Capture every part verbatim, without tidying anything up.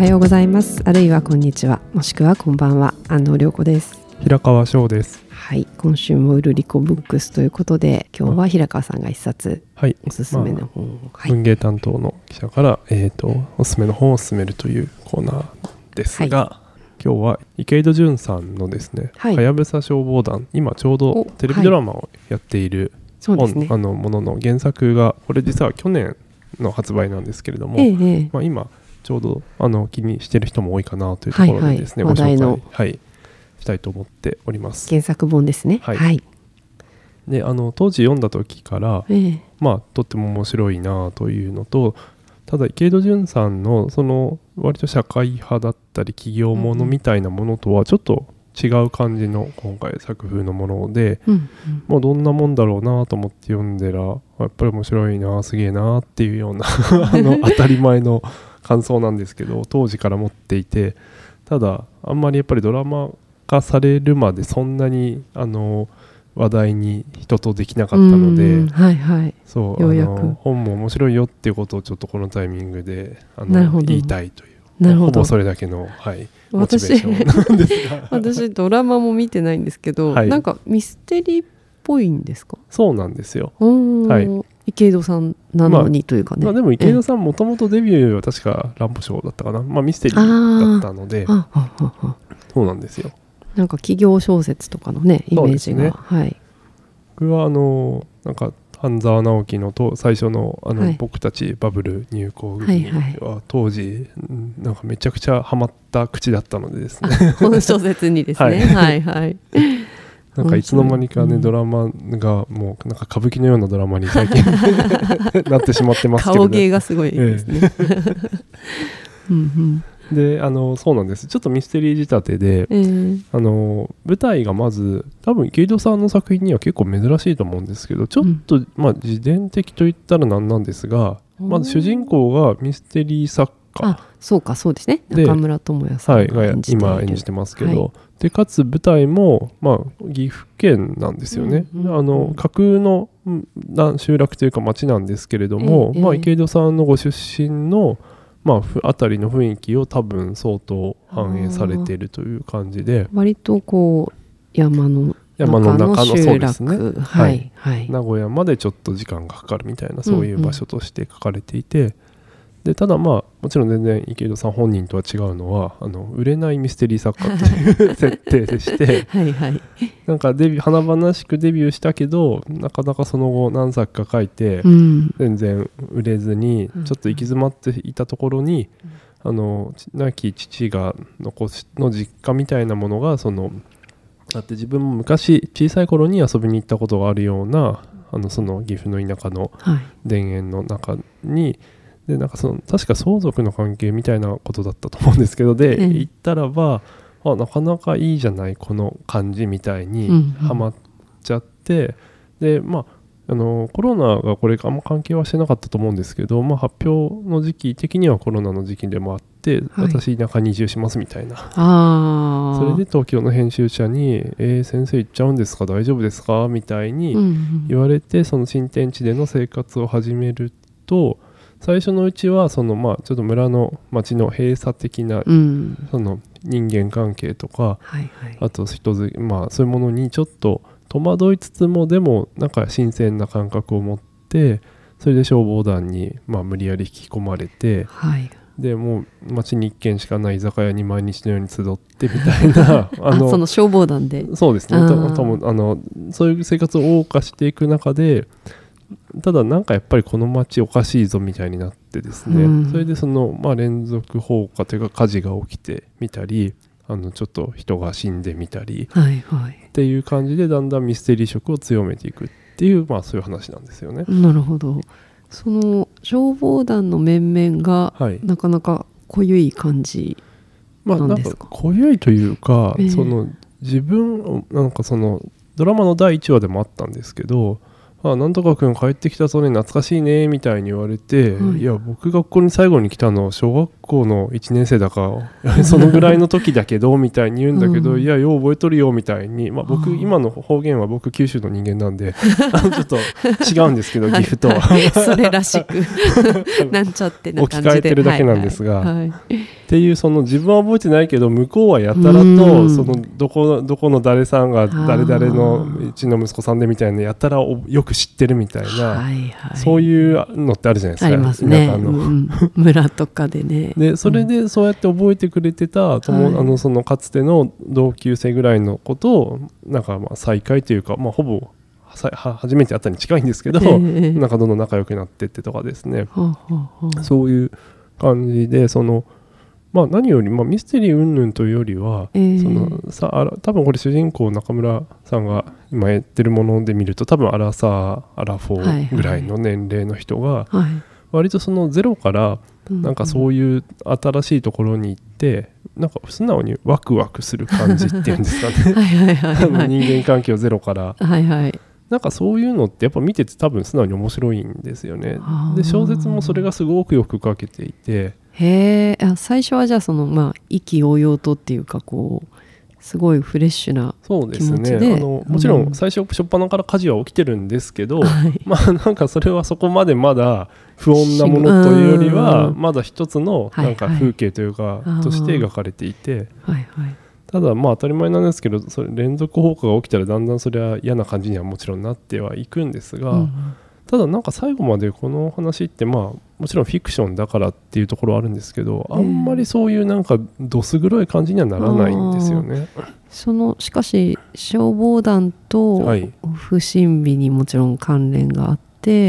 はようございます。あるいはこんにちは、もしくはこんばんは。安藤涼子です。 平川翔です。 はい、今週もウルリコブックスということで、今日は平川さんが一冊おすすめの本を、 まあはい、文芸担当の記者から、えーと、おすすめの本を勧めるというコーナーですが、はい、今日は池井戸潤さんのですね、はやぶさ消防団、今ちょうどテレビドラマをやっている本、はいね、あのものの原作が、これ実は去年の発売なんですけれども、ええまあ、今ちょうどあの気にしている人も多いかなというところでですね、はいはい、ご紹介、はい、したいと思っております。 原作本ですね。はい、はい、 であの当時読んだ時から、ええまあ、とっても面白いなというのと、ただ池井戸潤さんのその割と社会派だったり企業ものみたいなものとはちょっと違う感じの今回作風のもので、うんうん、もうどんなもんだろうなと思って読んでら、やっぱり面白いな、すげえなっていうようなあの当たり前の感想なんですけど、当時から持っていて、ただあんまりやっぱりドラマ化されるまでそんなにあの話題に人とできなかったので、はいはい、そうようやくあの本も面白いよっていうことをちょっとこのタイミングであの言いたいという、なるほど、ほぼそれだけの、はい、モチベーションなんですが私ドラマも見てないんですけど、はい、なんかミステリーっぽいんですか？ そうなんですよ、はい、 池井戸さんなのにというかね、 まあまあ、でも池井戸さんもともとデビューは確か乱歩賞だったかな、まあ、ミステリーだったので、ああああそうなんですよ。 なんか企業小説とかのねイメージが、ね、はい、 僕はあのなんか半沢直樹のと最初の、あの、はい、僕たちバブル入校組は当時なんかめちゃくちゃハマった口だったのでですねこの小説にですねはいはいなんかいつの間にかね、うん、ドラマがもうなんか歌舞伎のようなドラマに最近なってしまってますけど、ね、 顔芸がすごいですね、ええうんうんであのそうなんです。ちょっとミステリー仕立てで、えー、あの舞台がまず多分池井戸さんの作品には結構珍しいと思うんですけど、ちょっと、うん、まあ自伝的といったらなんなんですが、まず主人公がミステリー作家、 あそうかそうですね、中村智也さんが演じている、 はい、今演じてますけど、はい、でかつ舞台も、まあ、岐阜県なんですよね、うんうん、あの架空の集落というか町なんですけれども、えーまあ、池井戸さんのご出身のまあ、辺りの雰囲気を多分相当反映されているという感じで、 割とこう山の中の集落、ねはいはい、 名古屋までちょっと時間がかかるみたいなそういう場所として書かれていて、うんうん、でただまあもちろん全然池井戸さん本人とは違うのはあの売れないミステリー作家っていう設定でしてはい、はい、なんかデビュー華々しくデビューしたけどなかなかその後何作か書いて、うん、全然売れずにちょっと行き詰まっていたところに、うん、あの亡き父が残しの実家みたいなものがそのだって自分も昔小さい頃に遊びに行ったことがあるようなあのその岐阜の田舎の田園の中に、はいでなんかその確か相続の関係みたいなことだったと思うんですけどで、うん、行ったらばあなかなかいいじゃないこの感じみたいにハマっちゃって、うんうん、でまああのコロナがこれあんま関係はしてなかったと思うんですけど、まあ、発表の時期的にはコロナの時期でもあって、はい、私田舎に移住しますみたいなあそれで東京の編集者にえー、先生行っちゃうんですか大丈夫ですかみたいに言われて、うんうん、その新天地での生活を始めると最初のうちはそのまあちょっと村の町の閉鎖的なその人間関係とかあと人づまあそういうものにちょっと戸惑いつつもでもなんか新鮮な感覚を持ってそれで消防団にまあ無理やり引き込まれてでもう町に一軒しかない居酒屋に毎日のように集ってみたいなあのその消防団でそうですねああのそういう生活を謳歌していく中でただなんかやっぱりこの街おかしいぞみたいになってですね、うん、それでそのまあ連続放火というか火事が起きてみたりあのちょっと人が死んでみたり、はいはい、っていう感じでだんだんミステリー色を強めていくっていうまあそういう話なんですよね。 なるほど。その消防団の面々がなかなか濃ゆい感じなんですか？ まあ、なんか濃ゆいというか、えー、その自分なんかそのドラマのだいいちわでもあったんですけどあなんとかくん帰ってきたぞね懐かしいねみたいに言われて、はい、いや僕がここに最後に来たの小学校のいちねん生だかそのぐらいの時だけどみたいに言うんだけど、うん、いやよう覚えとるよみたいに、まあ、僕今の方言は僕九州の人間なんであのちょっと違うんですけど岐阜とは、 はいはい、それらしくなんちゃってな感じで置き換えてるだけなんですが、 はいはいはい、 っていうその自分は覚えてないけど向こうはやたらとそのどこどこの誰さんが誰々のうちの息子さんでみたいなやたらよく知ってるみたいな、はいはい、そういうのってあるじゃないですか。 ありますね、あの、うん、村とかでね。 でそれでそうやって覚えてくれてた、うん、あのそのかつての同級生ぐらいのことをなんかまあ再会というか、まあ、ほぼは初めて会ったに近いんですけど、えー、なんかどんどん仲良くなってってとかですね、はあはあ、そういう感じでそのまあ、何より、まあ、ミステリー云々というよりは、えー、そのさあら多分これ主人公中村さんが今やってるもので見ると多分アラサーアラフォーぐらいの年齢の人が割とそのゼロからなんかそういう新しいところに行ってなんか素直にワクワクする感じっていうんですかね人間関係をゼロから、はいはい、なんかそういうのってやっぱ見てて多分素直に面白いんですよね。で小説もそれがすごくよく書けていて、 へえ、最初はじゃあそのまあ意気揚々とっていうかこうすごいフレッシュな気持ちで、そうですね、あのもちろん最初初っ端から火事は起きてるんですけど、うん、まあなんかそれはそこまでまだ不穏なものというよりはまだ一つのなんか風景というかとして描かれていて、はいはい、ただまあ当たり前なんですけどそれ連続放火が起きたらだんだんそれは嫌な感じにはもちろんなってはいくんですが、うん、ただなんか最後までこの話ってまあもちろんフィクションだからっていうところはあるんですけど、あんまりそういうなんかどす黒い感じにはならないんですよね。そのしかし消防団と不審火にもちろん関連があって、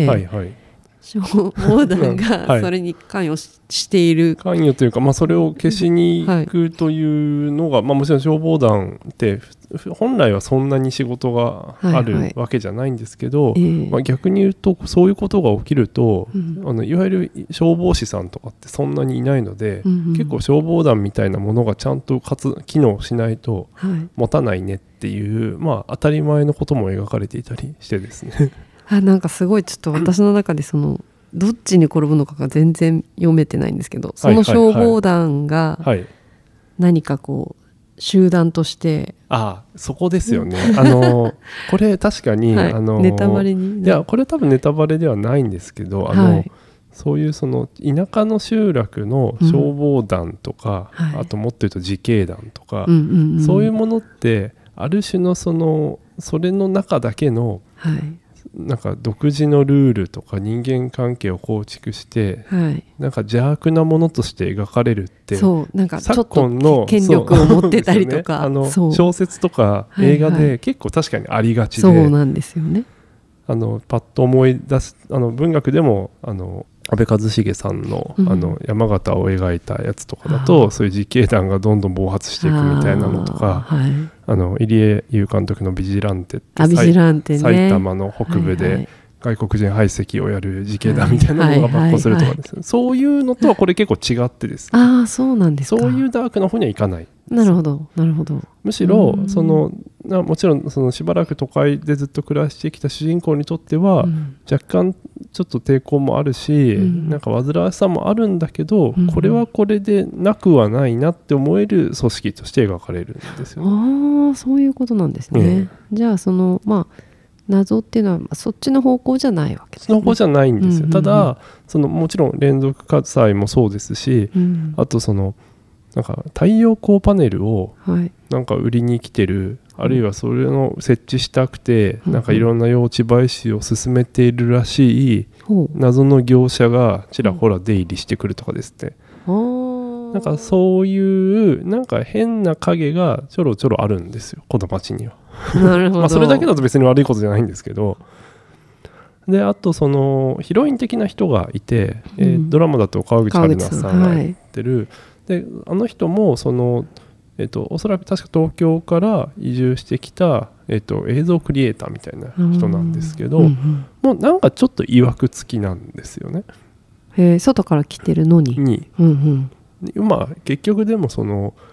はいはい、消防団がそれに関与 し,、はい、している関与というか、まあ、それを消しに行くというのが、はい、まあ、もちろん消防団って本来はそんなに仕事があるわけじゃないんですけど、はいはい、まあ、逆に言うとそういうことが起きると、うん、あのいわゆる消防士さんとかってそんなにいないので、うんうん、結構消防団みたいなものがちゃんと活機能しないと持たないねっていう、はい、まあ、当たり前のことも描かれていたりしてですねあ、なんかすごいちょっと私の中でそのどっちに転ぶのかが全然読めてないんですけど、その消防団が何かこう集団として、 ああそこですよね、あのこれ確かに、はい、あのネタバレにいやこれ多分ネタバレではないんですけど、あの、はい、そういうその田舎の集落の消防団とか、うん、はい、あともっと言うと自警団とか、うんうんうん、そういうものってある種のそのそれの中だけの、はい、なんか独自のルールとか人間関係を構築して、はい、なんか邪悪なものとして描かれるって、 そうなんかちょっと権力を持ってたりとか、 ね、あの小説とか映画で結構確かにありがちで、 そうなんですよね。 あのパッと思い出すあの文学でもあの安倍一茂さん の,、うん、あの山形を描いたやつとかだと、そういう自警団がどんどん暴発していくみたいなのとか、あ、はい、あの入江優監督のビジランテってビジランテ、ね、 埼玉の北部で外国人排斥をやる自警団みたいなのが爆破するとかですね、はいはいはい、そういうのとはこれ結構違ってですね、 あ、そうなんですか。 そういうダークな方にはいかない。 なるほどなるほど。 むしろそのもちろんそのしばらく都会でずっと暮らしてきた主人公にとっては、うん、若干ちょっと抵抗もあるし、うん、なんか煩わしさもあるんだけど、うん、これはこれでなくはないなって思える組織として描かれるんですよね。 ああ、そういうことなんですね、うん、じゃあそのまあ謎っていうのはそっちの方向じゃないわけですね。 その方向じゃないんですよ、うんうんうん、ただそのもちろん連続火災もそうですし、うん、あとそのなんか太陽光パネルをなんか売りに来てる、はい、あるいはそれの設置したくて、うん、なんかいろんな用地買収を進めているらしい謎の業者がちらほら出入りしてくるとかですね、うん、なんかそういうなんか変な影がちょろちょろあるんですよ、この町には。 なるほどまあそれだけだと別に悪いことじゃないんですけど、であとそのヒロイン的な人がいて、うん、えー、ドラマだと川口春奈さんがやってる、はい、であの人もその、えー、とおそらく確か東京から移住してきた、えー、と映像クリエイターみたいな人なんですけど、うんうん、もうなんかちょっといわくつきなんですよね。 へー、外から来てるのにに、うんうん、まあ結局でもその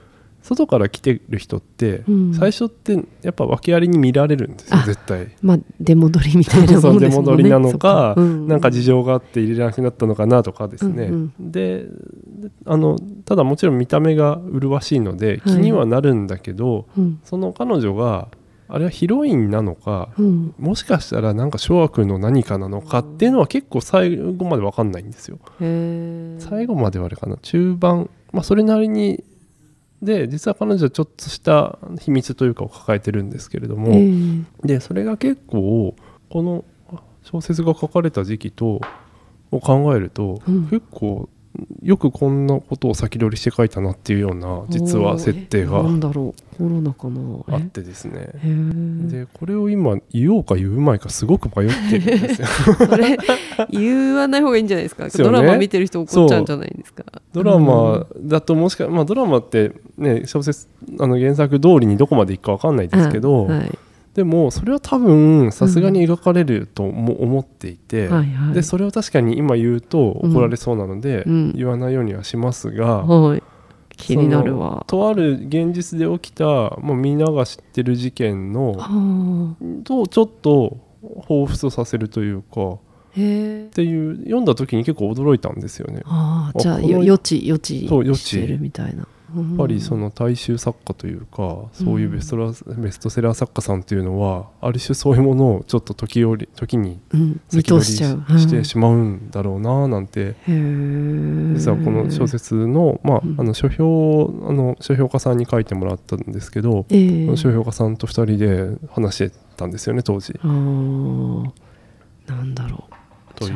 外から来てる人って、うん、最初ってやっぱ訳ありに見られるんですよ絶対。 まあ出戻りみたいなもんですもんね。 出戻りなのか、うんうん、なんか事情があって入れなくなったのかなとかですね、うんうん、であのただもちろん見た目が麗しいので気にはなるんだけど、はいうん、その彼女があれはヒロインなのか、うん、もしかしたらなんか諸悪の何かなのかっていうのは結構最後まで分かんないんですよ。へ最後まではあれかな中盤、まあ、それなりにで実は彼女はちょっとした秘密というかを抱えてるんですけれども、でそれが結構この小説が書かれた時期とを考えると、うん、結構よくこんなことを先取りして書いたなっていうような実は設定がなんだろうコロナかなあってですね。でこれを今言おうか言うまいかすごく迷ってるんですよそれ言わない方がいいんじゃないですか。ドラマ見てる人怒っちゃうんじゃないですか。 ドラマだともしか、まあ、ドラマってね小説あの原作通りにどこまでいくか分かんないですけど、はい、でもそれは多分さすがに描かれるとも思っていて、うんはいはい、でそれを確かに今言うと怒られそうなので、うん、言わないようにはしますが、 はい、気になるわ。 とある現実で起きた、まあ、みんなが知ってる事件のとちょっと彷彿とさせるというかへっていう読んだ時に結構驚いたんですよね。 あじゃあ予知予知してるみたいな。 やっぱりその大衆作家というかそういうベストラ、うん、ベストセラー作家さんっていうのはある種そういうものをちょっと時折時に先取り し,、うん、してしまうんだろうななんて、うん、実はこの小説の、まあ、あの書評あの書評家さんに書いてもらったんですけど、えー、書評家さんとふたりで話してたんですよね当時。 あなんだろうという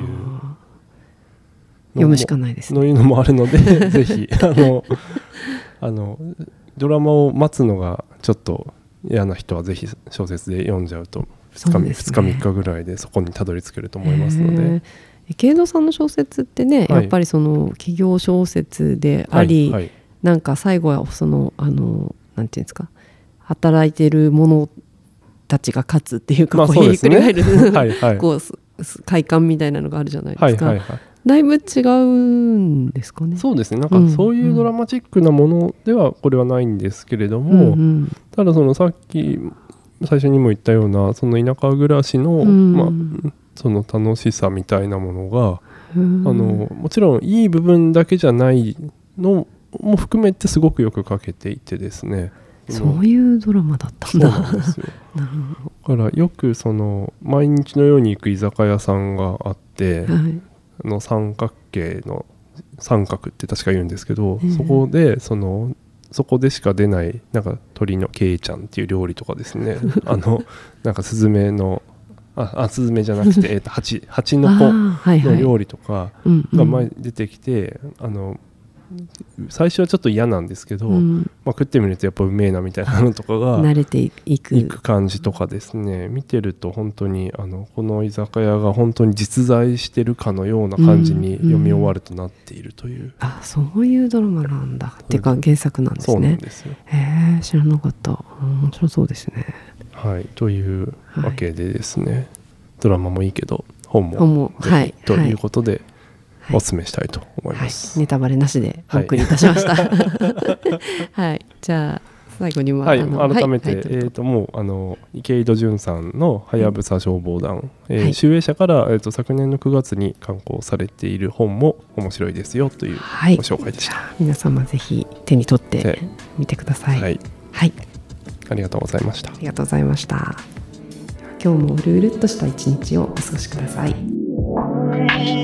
読むしかないですね。 のいうのもあるのでぜひあのあのドラマを待つのがちょっと嫌な人はぜひ小説で読んじゃうとふつか、ね、ふつかみっかぐらいでそこにたどり着けると思いますので。 池井戸さんの小説ってね、はい、やっぱりその企業小説であり、はいはい、なんか最後はそのあのなんていうんですか働いてる者たちが勝つっていうか、まあ、こうひっくり返るはい、はい、こう快感みたいなのがあるじゃないですか。はいはいはいだいぶ違うんですかね。 そうですねなんかそういうドラマチックなものではこれはないんですけれども、うんうん、ただそのさっき最初にも言ったようなその田舎暮らしの、うんまあ、その楽しさみたいなものが、うん、あのもちろんいい部分だけじゃないのも含めてすごくよく書けていてですね。 そういうドラマだったんだ。 そうなんですよなるほど。だからよくその毎日のように行く居酒屋さんがあって、はいの三角形の三角って確か言うんですけど、うん、そこでそのそこでしか出ないなんか鶏のケイちゃんっていう料理とかですねあのなんかスズメのああスズメじゃなくて、えー、とハチハチの子の料理とかが前出てきて、あの最初はちょっと嫌なんですけど、うんまあ、食ってみるとやっぱうめえなみたいなのとかが慣れていく、 いく感じとかですね見てると本当にあのこの居酒屋が本当に実在してるかのような感じに読み終わるとなっているという、うんうん、 あそういうドラマなんだっていうか原作なんですね。 そうなんですよ。 へえ知らなかった。面白そうですね。 はいというわけでですね、はい、ドラマもいいけど本も本もはい、ということで、はいお勧めしたいと思います、 はい、ネタバレなしでお送りいたしました、はいはい、じゃあ最後にも、 はい、改めて、はいえー、ともうあの池井戸潤さんのはやぶさ消防団、うんえーはい、集英社から、えー、と昨年のくがつに刊行されている本も面白いですよというご紹介でした、はい、 皆様ぜひ手に取ってみてください、はいはい、 ありがとうございました。 ありがとうございました。今日もうるうるっとした一日をお過ごしください。